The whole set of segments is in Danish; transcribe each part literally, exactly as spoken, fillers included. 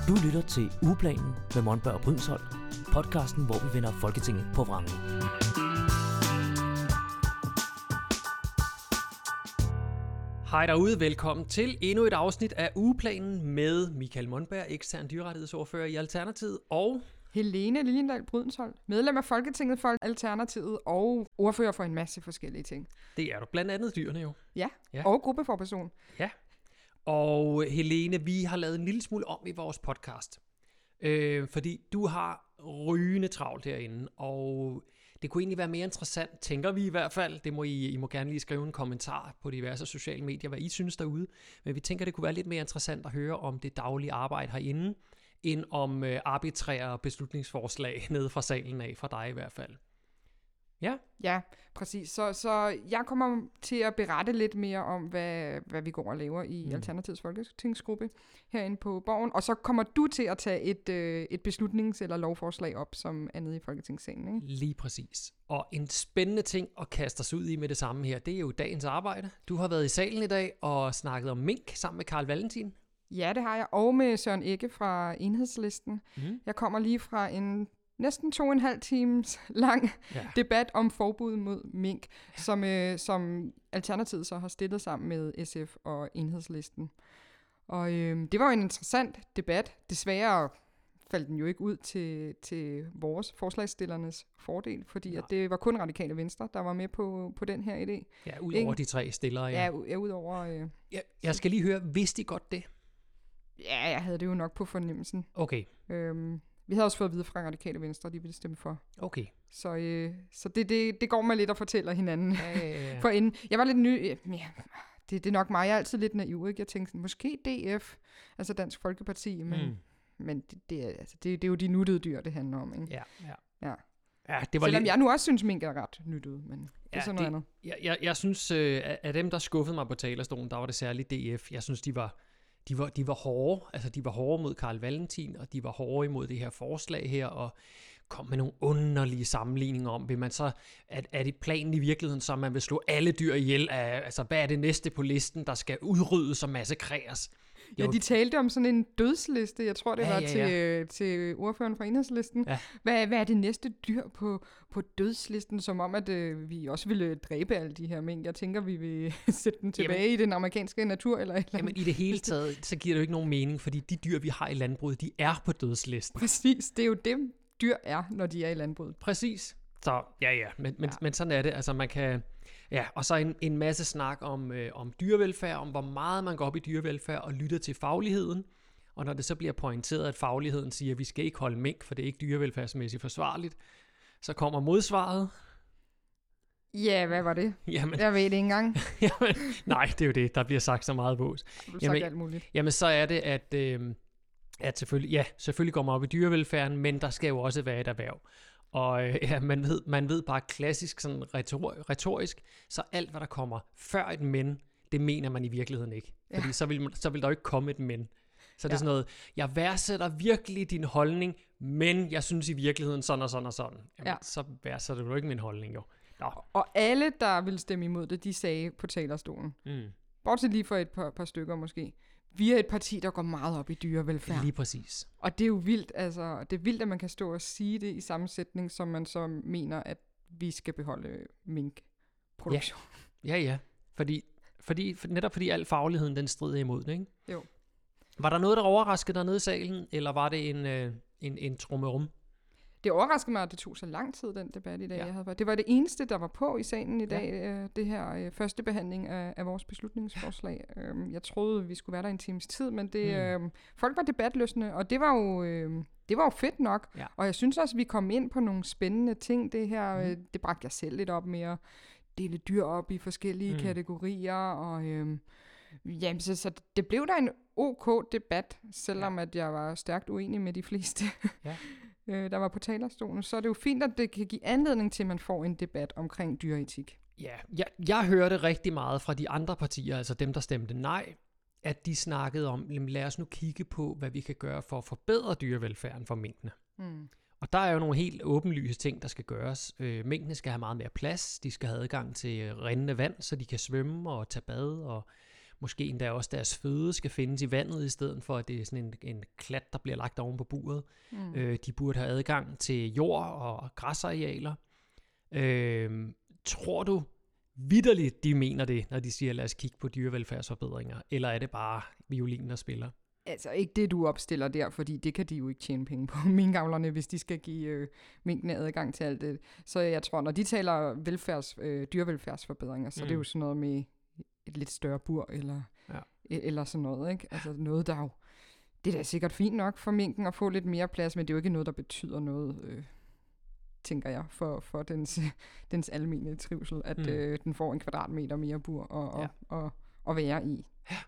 Du lytter til Ugeplanen med Monberg og Brydensholt, podcasten, hvor vi vender Folketinget på vrangen. Hej derude, velkommen til endnu et afsnit af Ugeplanen med Michael Monberg, ekstern dyrrettighedsordfører i Alternativet, og Helene Liliendahl Brydensholt, medlem af Folketinget for Alternativet og ordfører for en masse forskellige ting. det er du blandt andet dyrene jo. Ja, Ja. ja. Og gruppeforperson. Ja. Og Helene, vi har lavet en lille smule om i vores podcast, øh, fordi du har rygende travlt herinde, og det kunne egentlig være mere interessant, tænker vi i hvert fald. Det må I, I må gerne lige skrive en kommentar på diverse sociale medier, hvad I synes derude. Men vi tænker, det kunne være lidt mere interessant at høre om det daglige arbejde herinde, end om øh, arbitrære beslutningsforslag nede fra salen af, fra dig i hvert fald. Ja, Ja, præcis. Så, så jeg kommer til at berette lidt mere om, hvad, hvad vi går og laver i mm. Alternativets Folketingsgruppe herinde på Borgen. Og så kommer du til at tage et, øh, et beslutnings- eller lovforslag op, som er nede i Folketingssalen, ikke? lige præcis. Og en spændende ting at kaste os ud i med det samme her, det er jo dagens arbejde. Du har været i salen i dag og snakket om mink sammen med Carl Valentin. Ja, det har jeg. Og med Søren Egge fra Enhedslisten. Mm. Jeg kommer lige fra en næsten to og en halv times lang Ja. debat om forbud mod mink, ja. som, øh, som Alternativet så har stillet sammen med S F og Enhedslisten. Og øh, det var jo en interessant debat. Desværre faldt den jo ikke ud til, til vores forslagsstillernes fordel, fordi at det var kun Radikale Venstre, der var med på, på den her idé. Ja, ud over de tre stillere. Ja. Ja, ja udover... Øh, Jeg, jeg skal lige høre, vidste I godt det? ja, jeg havde det jo nok på fornemmelsen. Okay, Øhm, vi havde også fået at vide fra Radikale Venstre, de ville stemme for. okay. Så, øh, så det, det, det går med lidt at fortælle hinanden. Ja, ja, ja. For inden, jeg var lidt ny, ja, det, det er nok mig, jeg er altid lidt naiv, ikke? Jeg tænkte sådan, måske D F, altså Dansk Folkeparti, men, mm. men det, det, er, altså, det, det er jo de nuttede dyr, det handler om, ikke? Ja, ja. Ja. Ja, det var Selvom lidt... jeg nu også synes, mink er ret nyttet, men det er Ja, sådan noget det- andet. Jeg, jeg, jeg synes, øh, af af dem, der skuffede mig på talerstolen, der var det særligt D F. Jeg synes, de var, de var, de var hårde. Altså, de var hårde mod Carl Valentin, og de var hårde imod det her forslag her, og kom med nogle underlige sammenligninger om, vil man så, at, er det planen i virkeligheden, så man vil slå alle dyr ihjel? Af, altså, hvad er det næste på listen, der skal udryddes og massakreres? Ja, de talte om sådan en dødsliste, jeg tror det Ja, var ja, til, ja. øh, til ordføreren fra Enhedslisten. Ja. Hvad, hvad er det næste dyr på, på dødslisten, som om, at øh, vi også ville dræbe alle de her mink? Jeg tænker, vi vil sætte dem tilbage Jamen- i den amerikanske natur eller et eller andet. Jamen, i det hele taget, så giver det jo ikke nogen mening, fordi de dyr, vi har i landbruget, de er på dødslisten. Præcis, det er jo dem, dyr er, når de er i landbruget. Præcis. Så ja, ja, men, men, Ja. men sådan er det. Altså man kan, ja, og så en, en masse snak om, øh, om dyrevelfærd, om hvor meget man går op i dyrevelfærd og lytter til fagligheden. Og når det så bliver pointeret, at fagligheden siger, at vi skal ikke holde mink, for det er ikke dyrevelfærdsmæssigt forsvarligt, så kommer modsvaret. Ja, hvad var det? Jamen, Jeg ved det ikke engang. jamen, nej, det er jo det, der bliver sagt så meget vås. Du har Jamen, sagt alt muligt. Jamen så er det, at, øh, at selvfølgelig, ja, selvfølgelig går man op i dyrevelfærden, men der skal jo også være et erhverv. Og øh, ja, man ved, man ved bare klassisk, sådan retor- retorisk, så alt, hvad der kommer før et men, det mener man i virkeligheden ikke. Fordi Ja. så, vil, så vil der jo ikke komme et men. Så det er Ja. sådan noget, jeg værdsætter virkelig din holdning, men jeg synes i virkeligheden sådan og sådan og sådan. Jamen, Ja. så værdsætter du ikke min holdning, jo. Nå. Og alle, der ville stemme imod det, de sagde på talerstolen, Mm. bortset lige for et par, par stykker måske, vi er et parti, der går meget op i dyrevelfærd. Lige præcis. Og det er jo vildt, altså, det er vildt, at man kan stå og sige det i sammensætning, som man så mener, at vi skal beholde minkproduktion. Ja, ja. Fordi, fordi, for, netop fordi al fagligheden, den strider imod det, ikke? Jo. Var der noget, der overraskede dig nede i salen, eller var det en, øh, en, en trummerum? Det overraskede mig, at det tog så lang tid, den debat i dag, Ja. ja. jeg havde været. Det var det eneste, der var på i salen i dag, ja. øh, det her øh, første behandling af, af vores beslutningsforslag. Øhm, jeg troede, vi skulle være der en times tid, men det, Mm. øh, folk var debatløsende, og det var jo... Øh, det var jo fedt nok, Ja. og jeg synes også, at vi kom ind på nogle spændende ting. Det her, Mm. øh, det bragte jeg selv lidt op med at dele dyr op i forskellige Mm. mm. kategorier, og øh, jamen, så, så det blev der en ok debat, selvom Ja. at jeg var stærkt uenig med de fleste, Ja. øh, der var på talerstolen. Så er det jo fint, at det kan give anledning til, at man får en debat omkring dyreetik. Ja, jeg, jeg hørte rigtig meget fra de andre partier, altså dem, der stemte nej, at de snakkede om, jamen, lad os nu kigge på, hvad vi kan gøre for at forbedre dyrevelfærden for minkene. Mm. Og der er jo nogle helt åbenlyse ting, der skal gøres. Øh, minkene skal have meget mere plads, de skal have adgang til øh, rindende vand, så de kan svømme og tage bad, og måske endda også deres føde skal findes i vandet, i stedet for at det er sådan en, en klat, der bliver lagt oven på buret. Mm. Øh, de burde have adgang til jord og græsarealer. Øh, tror du vitterligt, de mener det, når de siger, lad os kigge på dyrevelfærdsforbedringer, eller er det bare violinen, der spiller? Altså ikke det, du opstiller der, fordi det kan de jo ikke tjene penge på, minkavlerne, hvis de skal give øh, minkene adgang til alt det. Så jeg tror, når de taler velfærds, øh, dyrevelfærdsforbedringer, så mm. det er jo sådan noget med et lidt større bur, eller, ja. eller sådan noget, ikke? Altså noget, der jo, det er da sikkert fint nok for minken at få lidt mere plads, men det er jo ikke noget, der betyder noget, øh, tænker jeg, for, for dens, dens almene trivsel, at mm. øh, den får en kvadratmeter mere bur og, ja. og, og, og være i. Ja.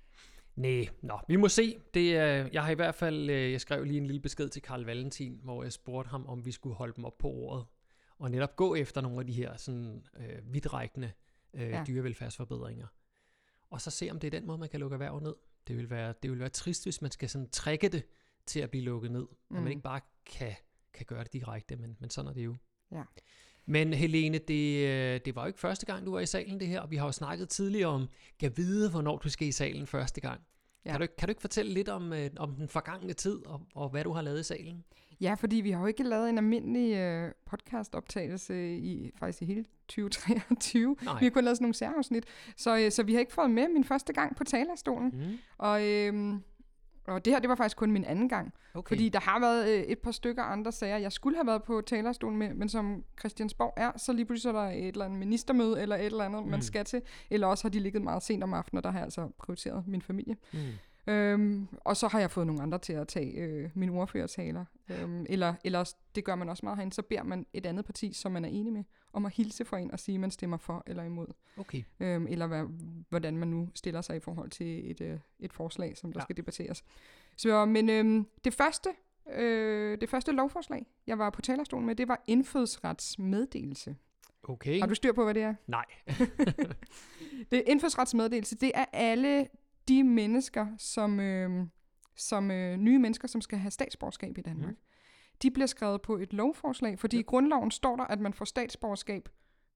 Næh, nå, vi må se. Det, øh, jeg har i hvert fald, øh, jeg skrev lige en lille besked til Carl Valentin, hvor jeg spurgte ham, om vi skulle holde dem op på ordet, og netop gå efter nogle af de her sådan øh, vidtrækkende øh, ja. dyrevelfærdsforbedringer. Og så se, om det er den måde, man kan lukke erhverv ned. Det vil være, det vil være trist, hvis man skal sådan trække det til at blive lukket ned, mm. at man ikke bare kan, kan gøre det direkte, men, men sådan er det jo. Ja. Men Helene, det, det var jo ikke første gang, du var i salen det her, og vi har jo snakket tidligere om, kan vide, hvornår du skal i salen første gang. Ja. Kan, du, kan du ikke fortælle lidt om, øh, om den forgangne tid, og, og hvad du har lavet i salen? Ja, fordi vi har jo ikke lavet en almindelig øh, podcastoptagelse i faktisk i hele tyve treogtyve. Nej. Vi har kun lavet sådan nogle særafsnit, så, øh, så vi har ikke fået med min første gang på talerstolen. Mm. Og... Øh, Og det her, det var faktisk kun min anden gang. Okay. Fordi der har været øh, et par stykker andre sager, jeg skulle have været på talerstolen med, men som Christiansborg er, så lige pludselig er der et eller andet ministermøde, eller et eller andet, mm. man skal til. Eller også har de ligget meget sent om aftenen, og der har jeg altså prioriteret min familie. Mm. Øhm, og så har jeg fået nogle andre til at tage øh, mine ordførertaler. Øhm, eller, eller det gør man også meget herinde, så beder man et andet parti, som man er enig med, om at hilse for en og sige, at man stemmer for eller imod. Okay. Øhm, eller hvad, hvordan man nu stiller sig i forhold til et, øh, et forslag, som der ja. skal debatteres. Så, men øhm, det, første, øh, det første lovforslag, jeg var på talerstolen med, det var indfødsretsmeddelelse. Okay. Har du styr på, hvad det er? Nej. Det er indfødsretsmeddelelse, det er alle de mennesker, som, øh, som øh, nye mennesker, som skal have statsborgerskab i Danmark. Mm. De bliver skrevet på et lovforslag, fordi ja. i grundloven står der, at man får statsborgerskab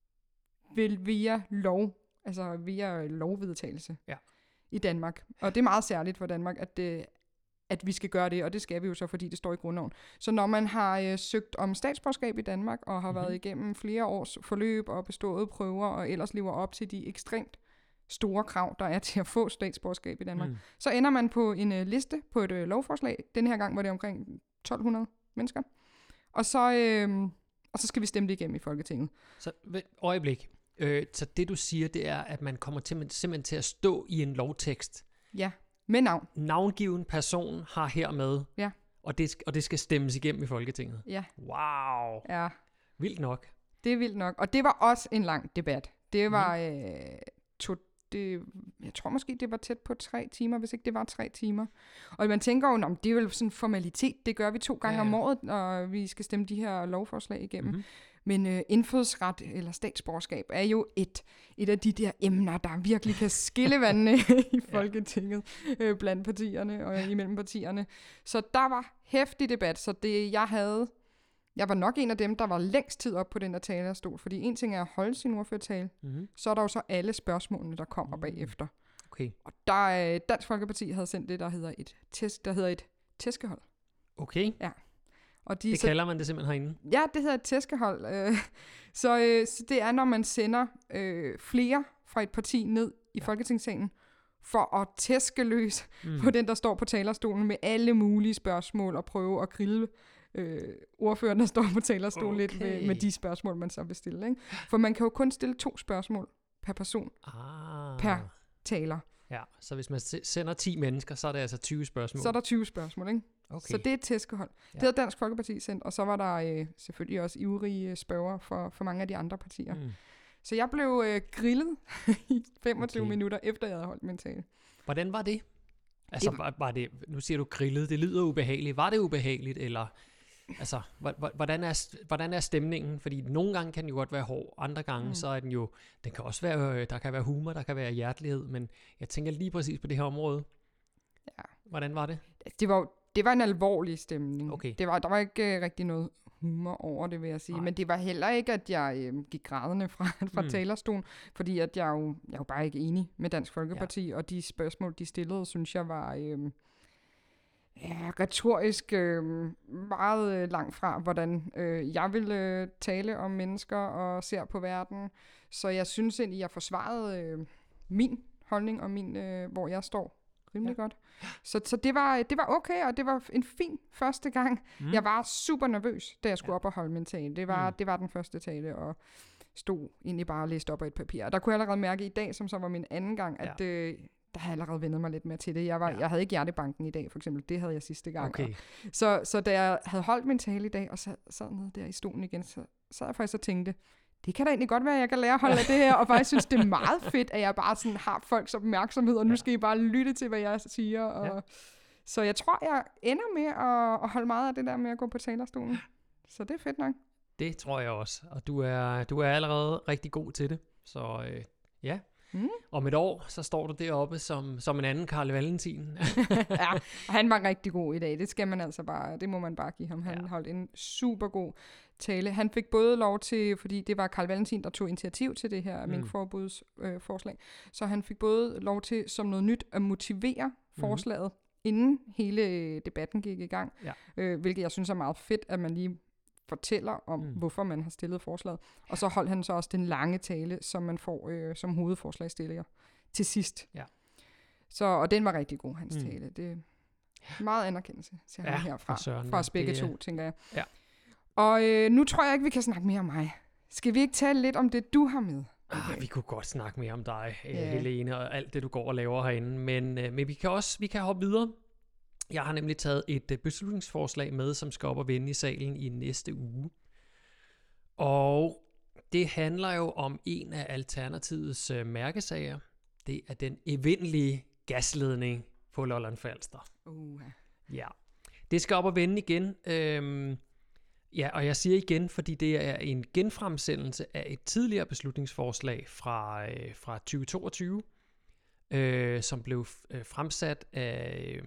via lov, altså via lovvedtagelse ja. i Danmark. Og det er meget særligt for Danmark, at, det, at vi skal gøre det, og det skal vi jo så, fordi det står i grundloven. Så når man har øh, søgt om statsborgerskab i Danmark, og har mm-hmm. været igennem flere års forløb og bestået prøver, og ellers lever op til de ekstremt store krav, der er til at få statsborgerskab i Danmark, mm. så ender man på en uh, liste på et uh, lovforslag. Den her gang var det omkring tolv hundrede mennesker. Og så, øh, og så skal vi stemme det igennem i Folketinget. Så øjeblik. Øh, så det du siger, det er, at man kommer til, simpelthen til at stå i en lovtekst. Ja, med navn. Navngiven person har hermed, ja. og, det, og det skal stemmes igennem i Folketinget. Ja. Wow. Ja. Vildt nok. Det er vildt nok. Og det var også en lang debat. Det var... Mm. Øh, to, det, jeg tror måske, det var tæt på tre timer, hvis ikke det var tre timer. Og man tænker jo, om det er jo sådan en formalitet, det gør vi to gange ja, ja. om året, når vi skal stemme de her lovforslag igennem. Mm-hmm. Men øh, indfødsret eller statsborgerskab er jo et, et af de der emner, der virkelig kan skille vandene i Folketinget øh, blandt partierne og imellem partierne. Så der var heftig debat, så det jeg havde... Jeg var nok en af dem, der var længst tid op på den der talerstol, fordi en ting er at holde sin ordførertale, mm-hmm. så er der jo så alle spørgsmålene, der kommer mm-hmm. bagefter. Okay. Og der øh, Dansk Folkeparti havde sendt det, der hedder et tæsk, der hedder et tæskehold. Okay. Ja. Og de, det så, kalder man det simpelthen herinde? Ja, det hedder et tæskehold. Øh, så, øh, så det er, når man sender øh, flere fra et parti ned i ja. Folketingssalen, for at tæske løs mm. på den, der står på talerstolen med alle mulige spørgsmål og prøve at grille Øh, ordføreren, der står på talerstolen okay. lidt med, med de spørgsmål, man så vil stille. Ikke? For man kan jo kun stille to spørgsmål per person, ah. per taler. Ja, så hvis man sender ti mennesker, så er det altså tyve spørgsmål. Så er der tyve spørgsmål, ikke? Okay. Så det er et tæskehold. Ja. Det havde Dansk Folkeparti sendt, og så var der øh, selvfølgelig også ivrige spørger for, for mange af de andre partier. Mm. Så jeg blev øh, grillet i femogtyve okay. minutter, efter jeg havde holdt min tale. Hvordan var det? Altså, det var, var det, nu siger du grillet, det lyder ubehageligt. Var det ubehageligt, eller... Altså, hvordan er, hvordan er stemningen? Fordi nogle gange kan den jo godt være hård, andre gange mm. så er den jo, den kan også være, der kan være humor, der kan være hjertelighed, men jeg tænker lige præcis på det her område. Ja. Hvordan var det? Det var, det var en alvorlig stemning. Okay. Det var, der var ikke uh, rigtig noget humor over det, vil jeg sige. Nej. Men det var heller ikke, at jeg øh, gik grædende fra, fra mm. talerstolen, fordi at jeg, jo, jeg er jo bare ikke enig med Dansk Folkeparti, ja. Og de spørgsmål, de stillede, synes jeg var øh, ja, retorisk øh, meget øh, langt fra, hvordan øh, jeg ville øh, tale om mennesker og ser på verden. Så jeg synes egentlig, jeg forsvarede øh, min holdning og min, øh, hvor jeg står rimelig ja. Godt. Så, så det, var, det var okay, og det var en fin første gang. Mm. Jeg var super nervøs, da jeg skulle ja. Op og holde min tale. Det var, mm. det var den første tale, og stod egentlig bare og læste op af et papir. Og der kunne jeg allerede mærke i dag, som så var min anden gang, at ja. øh, der havde jeg allerede vendet mig lidt mere til det. Jeg, var, ja. jeg havde ikke hjertebanken i dag, for eksempel. Det havde jeg sidste gang. Okay. Og, så, så da jeg havde holdt min tale i dag, og sad, sad nede der i stolen igen, så sad jeg faktisk og tænkte, det kan da egentlig godt være, at jeg kan lære at holde af det her, og faktisk synes, det er meget fedt, at jeg bare sådan har folks opmærksomhed, og nu skal I bare lytte til, hvad jeg siger. Og ja. Så jeg tror, jeg ender med at, at holde meget af det der med at gå på talerstolen. Så det er fedt nok. Det tror jeg også, og du er, du er allerede rigtig god til det, så øh, ja. Mm. Om et år, så står du deroppe som, som en anden Carl Valentin. Ja, og han var rigtig god i dag. Det skal man altså bare, det må man bare give ham. Han ja. Holdt en super god tale. Han fik både lov til, fordi det var Carl Valentin, der tog initiativ til det her mm. minkforbuds øh, forslag, så han fik både lov til som noget nyt at motivere mm. forslaget, inden hele debatten gik i gang, ja. øh, hvilket jeg synes er meget fedt, at man lige fortæller om, mm. hvorfor man har stillet forslaget. Og så holdt han så også den lange tale, som man får øh, som hovedforslagsstiller til sidst. Ja. Så, og den var rigtig god, hans mm. tale. Det er meget anerkendelse til ham ja, herfra. Søren, fra os begge det, to, tænker jeg. Ja. Og øh, nu tror jeg ikke, vi kan snakke mere om mig. Skal vi ikke tale lidt om det, du har med? Okay. Ah, vi kunne godt snakke mere om dig, yeah. Helene, og alt det, du går og laver herinde. Men, øh, men vi kan også vi kan hoppe videre. Jeg har nemlig taget et beslutningsforslag med, som skal op og vende i salen i næste uge. Og det handler jo om en af Alternativets øh, mærkesager. Det er den evindelige gasledning på Lolland Falster. Uh. Ja, det skal op og vende igen. Øhm, ja, og jeg siger igen, fordi det er en genfremsendelse af et tidligere beslutningsforslag fra, øh, fra tyve toogtyve, øh, som blev øh, fremsat af...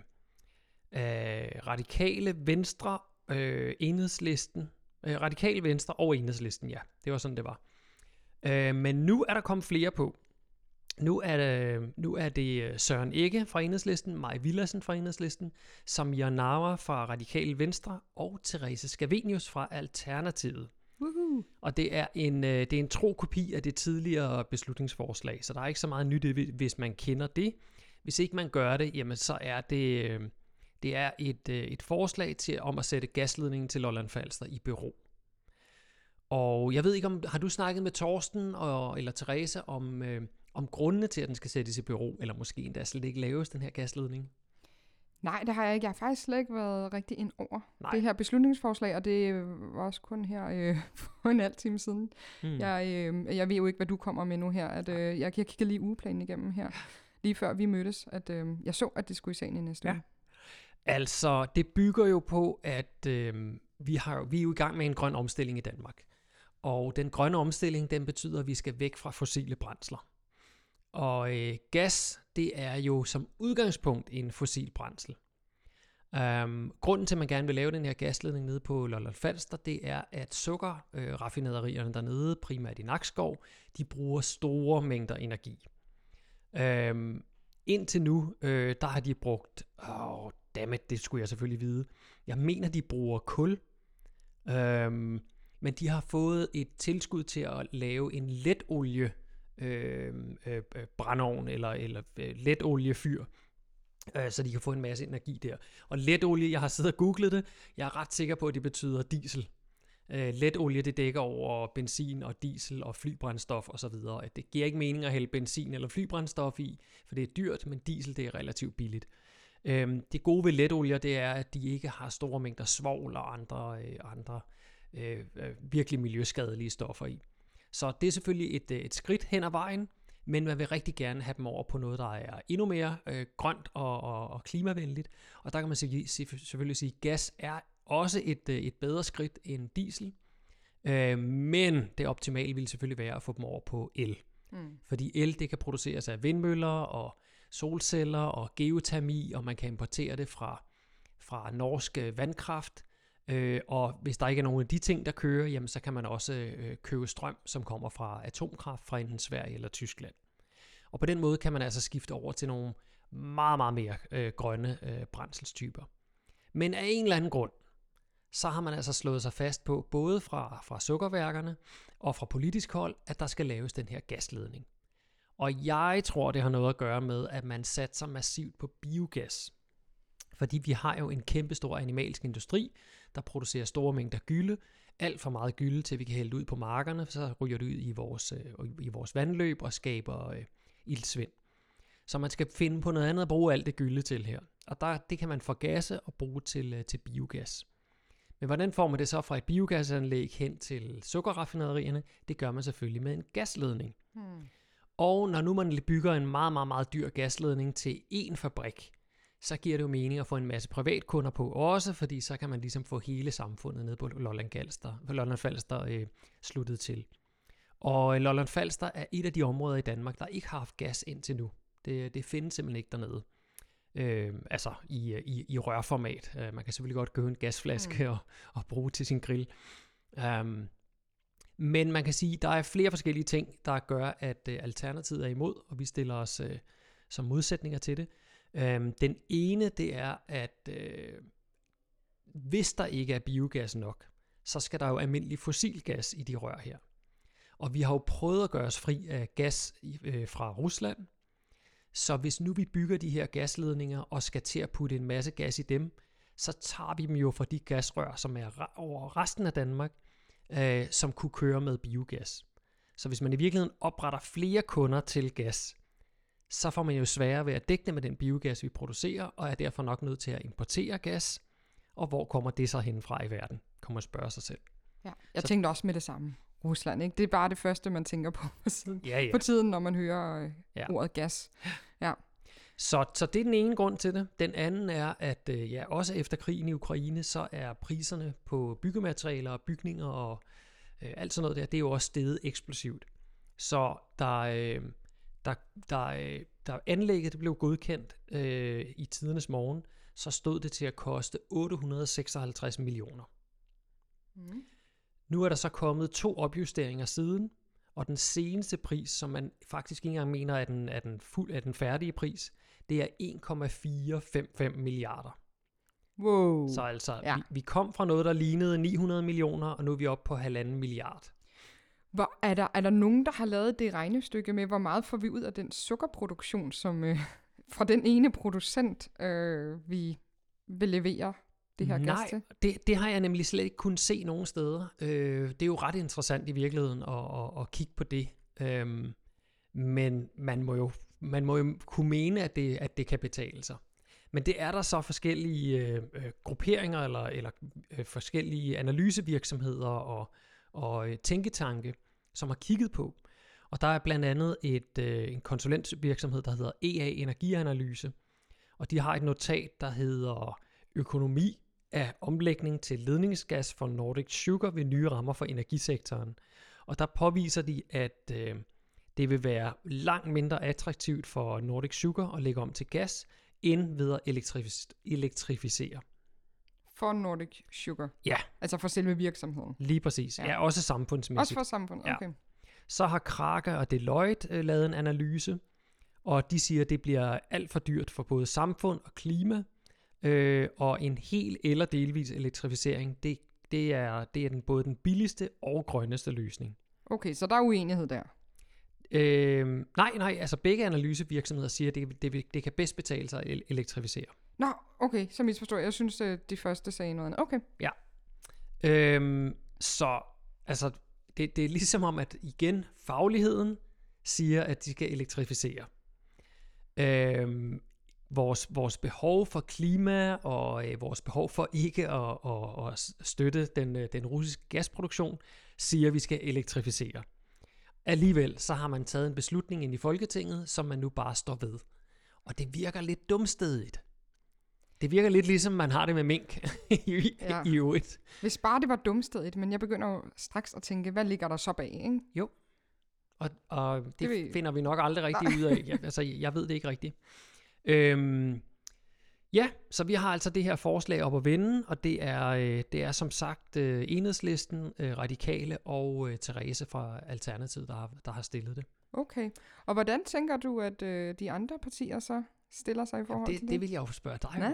af Radikale Venstre, øh, Enhedslisten, øh, Radikale Venstre og Enhedslisten, ja, det var sådan, det var. Øh, men nu er der kommet flere på. Nu er det, nu er det Søren Egge fra Enhedslisten, Mai Villadsen fra Enhedslisten, Samir Nawa fra Radikale Venstre og Therese Scavenius fra Alternativet. Woohoo. Og det er en øh, det er en tro kopi af det tidligere beslutningsforslag, så der er ikke så meget nyt, hvis man kender det. Hvis ikke man gør det, jamen så er det... Øh, Det er et, et forslag til om at sætte gasledningen til Lolland Falster i bero. Og jeg ved ikke, om har du snakket med Torsten og, eller Therese om, øh, om grundene til, at den skal sættes i bero, eller måske endda slet ikke laves, den her gasledning? Nej, det har jeg ikke. Jeg har faktisk slet ikke været rigtig ind over Nej. Det her beslutningsforslag, og det var også kun her øh, for en halv time siden. Hmm. Jeg, øh, jeg ved jo ikke, hvad du kommer med nu her. At, øh, jeg, jeg kiggede lige ugeplanen igennem her, lige før vi mødtes, at øh, jeg så, at det skulle i sagen i næste ja. uge. Altså, det bygger jo på, at øh, vi, har, vi er jo i gang med en grøn omstilling i Danmark. Og den grønne omstilling, den betyder, at vi skal væk fra fossile brændsler. Og øh, gas, det er jo som udgangspunkt en fossil brændsel. Um, grunden til, at man gerne vil lave den her gasledning nede på Lolland Falster, det er, at sukkerraffinaderierne øh, dernede, primært i Nakskov, de bruger store mængder energi. Um, indtil nu, øh, der har de brugt... Åh, dammit, det skulle jeg selvfølgelig vide. Jeg mener, de bruger kul. Um, men de har fået et tilskud til at lave en letolie øh, øh, brændeovn eller, eller øh, letoliefyr, øh, så de kan få en masse energi der. Og letolie, jeg har siddet og googlet det, jeg er ret sikker på, at det betyder diesel. Øh, letolie, det dækker over benzin og diesel og flybrændstof og så videre. Det giver ikke mening at hælde benzin eller flybrændstof i, for det er dyrt, men diesel, det er relativt billigt. Øh, det gode ved letolier, det er, at de ikke har store mængder svovl og andre, øh, andre øh, øh, virkelig miljøskadelige stoffer i. Så det er selvfølgelig et, et skridt hen ad vejen, men man vil rigtig gerne have dem over på noget, der er endnu mere øh, grønt og, og, og klimavenligt. Og der kan man sige, selvfølgelig sige, at gas er også et, et bedre skridt end diesel. Øh, men det optimale ville selvfølgelig være at få dem over på el. Mm. Fordi el, det kan produceres af vindmøller og solceller og geotermi, og man kan importere det fra, fra norsk vandkraft. Øh, og hvis der ikke er nogen af de ting, der kører, jamen, så kan man også øh, købe strøm, som kommer fra atomkraft fra enten Sverige eller Tyskland. Og på den måde kan man altså skifte over til nogle meget, meget mere øh, grønne øh, brændselstyper. Men af en eller anden grund, så har man altså slået sig fast på, både fra, fra sukkerværkerne og fra politisk hold, at der skal laves den her gasledning. Og jeg tror, det har noget at gøre med, at man satser massivt på biogas. Fordi vi har jo en kæmpestor animalsk industri, der producerer store mængder gylde. Alt for meget gylde, til vi kan hælde ud på markerne, så ryger det ud i vores, øh, i vores vandløb og skaber øh, iltsvind. Så man skal finde på noget andet at bruge alt det gylde til her. Og der, det kan man forgasse og bruge til, øh, til biogas. Men hvordan får man det så fra et biogasanlæg hen til sukkerraffinaderierne? Det gør man selvfølgelig med en gasledning. Hmm. Og når nu man bygger en meget, meget, meget dyr gasledning til én fabrik, så giver det jo mening at få en masse privatkunder på også, fordi så kan man ligesom få hele samfundet ned på Lolland-Falster, Lolland-Falster øh, sluttet til. Og Lolland-Falster er et af de områder i Danmark, der ikke har haft gas indtil nu. Det, det findes simpelthen ikke dernede. Øh, altså i, i, i rørformat. Uh, man kan selvfølgelig godt købe en gasflaske mm. og, og bruge til sin grill. Um, men man kan sige, at der er flere forskellige ting, der gør, at uh, Alternativet er imod, og vi stiller os uh, som modsætninger til det. Um, den ene, det er, at uh, hvis der ikke er biogas nok, så skal der jo almindelig fossilgas i de rør her. Og vi har jo prøvet at gøre os fri af gas uh, fra Rusland. Så hvis nu vi bygger de her gasledninger og skal til at putte en masse gas i dem, så tager vi dem jo fra de gasrør, som er over resten af Danmark, øh, som kunne køre med biogas. Så hvis man i virkeligheden opretter flere kunder til gas, så får man jo sværere ved at dække det med den biogas, vi producerer, og er derfor nok nødt til at importere gas. Og hvor kommer det så hen fra i verden? Kan man spørge sig selv. Ja, jeg så, tænkte også med det samme. Rusland, ikke? Det er bare det første, man tænker på på, siden, ja, ja. på tiden, når man hører øh, ja. ordet gas. Ja. Så, så det er den ene grund til det. Den anden er, at øh, ja, også efter krigen i Ukraine, så er priserne på byggematerialer og bygninger og øh, alt sådan noget der, det er jo også steget eksplosivt. Så der, øh, der, der, øh, der anlægget det blev godkendt øh, i tidernes morgen, så stod det til at koste otte hundrede og seksoghalvtreds millioner. Mm. Nu er der så kommet to opjusteringer siden, og den seneste pris, som man faktisk ikke engang mener er den, er den, fuld, er den færdige pris, det er en komma fire fem fem milliarder. Wow. Så altså, ja. vi, vi kom fra noget, der lignede ni hundrede millioner, og nu er vi oppe på halvanden milliard. Hvor, er, der, er der nogen, der har lavet det regnestykke med, hvor meget får vi ud af den sukkerproduktion, som øh, fra den ene producent, øh, vi vil levere det her Nej, gas til? det, det har jeg nemlig slet ikke kunnet se nogen steder. Øh, det er jo ret interessant i virkeligheden at, at, at kigge på det. Øh, men man må, jo, man må jo kunne mene, at det, at det kan betale sig. Men det er der så forskellige øh, grupperinger eller, eller øh, forskellige analysevirksomheder og, og øh, tænketanke, som har kigget på. Og der er blandt andet et, øh, en konsulentvirksomhed, der hedder E A Energianalyse. Og de har et notat, der hedder Økonomi af omlægning til ledningsgas for Nordic Sugar ved nye rammer for energisektoren. Og der påviser de, at øh, det vil være langt mindre attraktivt for Nordic Sugar at lægge om til gas, end ved at elektrif- elektrificere. For Nordic Sugar? Ja. Altså for selve virksomheden? Lige præcis. Ja, ja også samfundsmæssigt. Også for samfundet, okay. Ja. Så har Kraka og Deloitte øh, lavet en analyse, og de siger, at det bliver alt for dyrt for både samfund og klima, øh, og en hel eller delvis elektrificering, det, det, er, det er den, både den billigste og grønneste løsning. Okay, så der er uenighed der? Øh, nej, nej, altså begge analysevirksomheder siger, at det, det, det kan bedst betale sig at elektrificere. Nå, okay, så misforstår jeg. Jeg synes, at de første sagde noget andet. Okay. Ja. Øh, så, altså, det, det er ligesom om, at igen, fagligheden siger, at de skal elektrificere. Øh, vores, vores behov for klima og øh, vores behov for ikke at, at, at støtte den, den russiske gasproduktion, siger, at vi skal elektrificere. Alligevel så har man taget en beslutning ind i Folketinget, som man nu bare står ved. Og det virker lidt dumstædigt. Det virker lidt ligesom, man har det med mink i, ja. i øvrigt. Hvis bare det var dumstædigt, men jeg begynder jo straks at tænke, hvad ligger der så bag, ikke? Jo, og, og det, det vi... finder vi nok aldrig rigtig ud af. Jeg, altså, jeg ved det ikke rigtigt. Øhm, Ja, så vi har altså det her forslag op at vende, og det er, øh, det er som sagt øh, Enhedslisten, øh, Radikale og øh, Therese fra Alternativet, der har, der har stillet det. Okay. Og hvordan tænker du, at øh, de andre partier så stiller sig i forhold det, til det? Det vil jeg jo spørge dig om.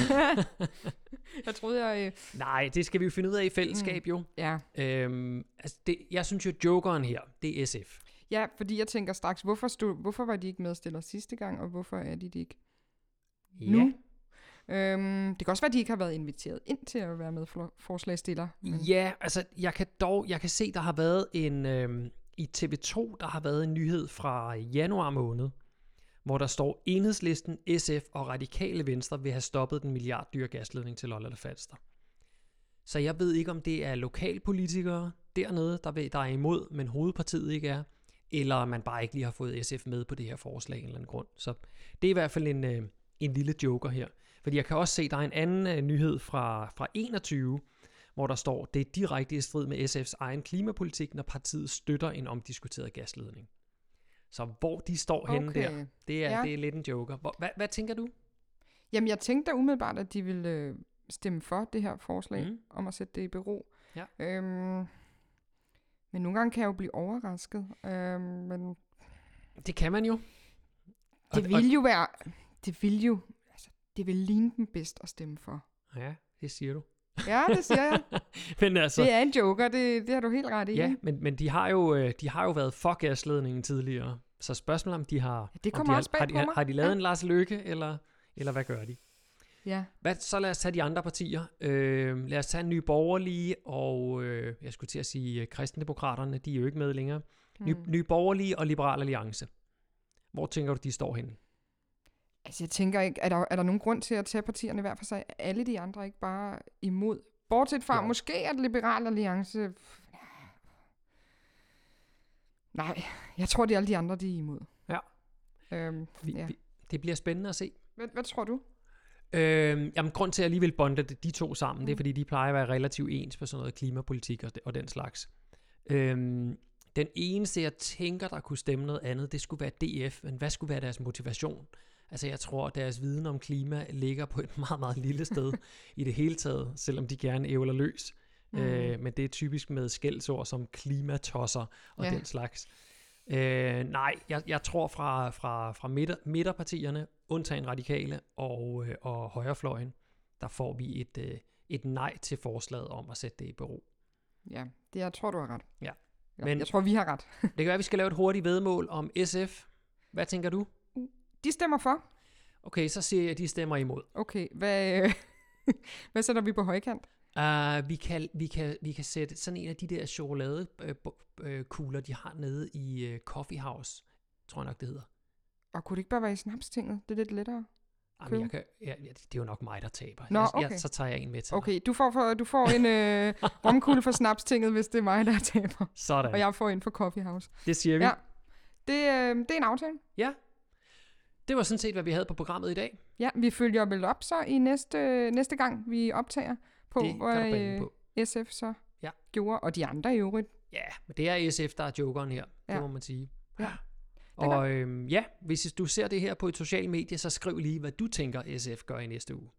Jeg troede, jeg... Øh... Nej, det skal vi jo finde ud af i fællesskab mm. jo. Ja. Øhm, altså det, jeg synes jo, jokeren her, det er S F. Ja, fordi jeg tænker straks, hvorfor, stod, hvorfor var de ikke medstillere sidste gang, og hvorfor er de det ikke ja. nu? Øhm, det kan også være, at de ikke har været inviteret ind til at være med for, forslagstiller. Men... Ja, altså jeg kan dog, jeg kan se, der har været en, øhm, i T V to, der har været en nyhed fra januar måned, hvor der står, Enhedslisten, S F og Radikale Venstre vil have stoppet den milliarddyre gasledning til Lolland og Falster. Så jeg ved ikke, om det er lokalpolitikere dernede, der, vil, der er imod, men hovedpartiet ikke er, eller man bare ikke lige har fået S F med på det her forslag af en eller anden grund. Så det er i hvert fald en, øh, en lille joker her. Fordi jeg kan også se, at der er en anden øh, nyhed fra, fra enogtyve, hvor der står, det er direkte i strid med S F's egen klimapolitik, når partiet støtter en omdiskuteret gasledning. Så hvor de står okay. henne der, det er, ja. det er lidt en joker. Hvor, hvad, hvad tænker du? Jamen, jeg tænkte da umiddelbart, at de ville øh, stemme for det her forslag, mm. om at sætte det i bero. Ja. Øhm, men nogle gange kan jeg jo blive overrasket. Øhm, men det kan man jo. Det og, vil jo være... Det vil jo... Altså, det vil ligne dem bedst at stemme for. Ja, det siger du. Ja, det siger jeg. Men altså, det er en joker, det, det har du helt ret i. Ja, men, men de, har jo, de har jo været for gasledningen tidligere. Så spørgsmålet om de har... Ja, det kommer de også har, bag på har, mig. har de lavet ja. en Lars Løkke, eller, eller hvad gør de? Ja. Hvad, så lad os tage de andre partier. Øh, lad os tage Nye Borgerlige, og øh, jeg skulle til at sige uh, Kristendemokraterne, de er jo ikke med længere. Nye, mm. Nye Borgerlige og Liberal Alliance. Hvor tænker du, de står henne? Altså jeg tænker ikke, er der, er der nogen grund til at tage partierne hver for sig? Alle de andre ikke bare imod? Bortset fra, ja. måske at Liberal Alliance... Nej, jeg tror, de alle de andre, de er imod. Ja. Øhm, vi, ja. Vi, det bliver spændende at se. Hvad, hvad tror du? Øhm, jamen, grund til at jeg alligevel bonde de to sammen, mm. det er, fordi de plejer at være relativt ens på sådan noget klimapolitik og, og den slags. Øhm, den eneste, jeg tænker, der kunne stemme noget andet, det skulle være D F, men hvad skulle være deres motivation? Altså, jeg tror, at deres viden om klima ligger på et meget, meget lille sted i det hele taget, selvom de gerne ævler løs. Mm. Øh, men det er typisk med skældsord som klimatosser og ja. den slags. Øh, nej, jeg, jeg tror fra, fra, fra midter, midterpartierne, undtagen Radikale og, øh, og højrefløjen, der får vi et, øh, et nej til forslaget om at sætte det i bero. Ja, det jeg tror, du har ret. Ja. ja Men jeg tror, vi har ret. Det kan være, at vi skal lave et hurtigt væddemål om S F. Hvad tænker du? De stemmer for. Okay, så siger jeg, at de stemmer imod. Okay, hvad, hvad sætter vi på højkant? Uh, vi, kan, vi, kan, vi kan sætte sådan en af de der chokoladekugler, de har nede i uh, Coffee House, tror jeg nok, det hedder. Og kunne det ikke bare være i Snapstinget? Det er lidt lettere. Jamen, jeg kan, ja, det er jo nok mig, der taber. Nå, jeg, okay. jeg, så tager jeg en med til Okay, du får, for, du får en øh, romkugle for Snapstinget, hvis det er mig, der taber. Sådan. Og jeg får en for Coffee House. Det siger vi. Ja, det, øh, det er en aftale. Ja. Det var sådan set, hvad vi havde på programmet i dag. Ja, vi følger vel op så i næste, næste gang, vi optager på, det hvad øh, på. S F så ja. gjorde, og de andre i øvrigt. Ja, men det er S F, der er jokeren her, ja. det må man sige. Ja. Og øhm, ja, hvis du ser det her på et socialt medie, så skriv lige, hvad du tænker, S F gør i næste uge.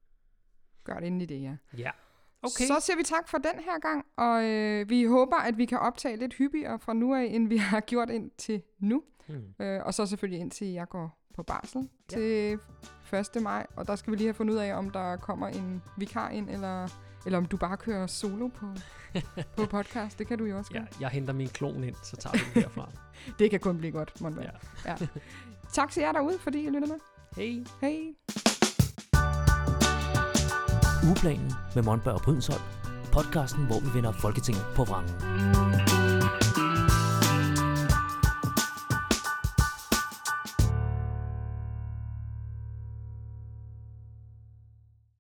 Gør det endelig det, ja. Ja. Okay. Så siger vi tak for den her gang, og øh, vi håber, at vi kan optage lidt hyppigere fra nu af, end vi har gjort indtil nu. Hmm. Øh, og så selvfølgelig indtil jeg går på barsel ja. til første maj, og der skal vi lige have fundet ud af, om der kommer en vikar ind, eller, eller om du bare kører solo på, på podcast. Det kan du jo også gøre. Ja, jeg henter min klon ind, så tager vi det derfra. Det kan kun blive godt, Monberg. Ja. Ja. Tak til jer derude, fordi I lytter med. Hej. Hej. Ugeplanen med Monberg og Brydensholt. Podcasten, hvor vi vender Folketinget på vrangen.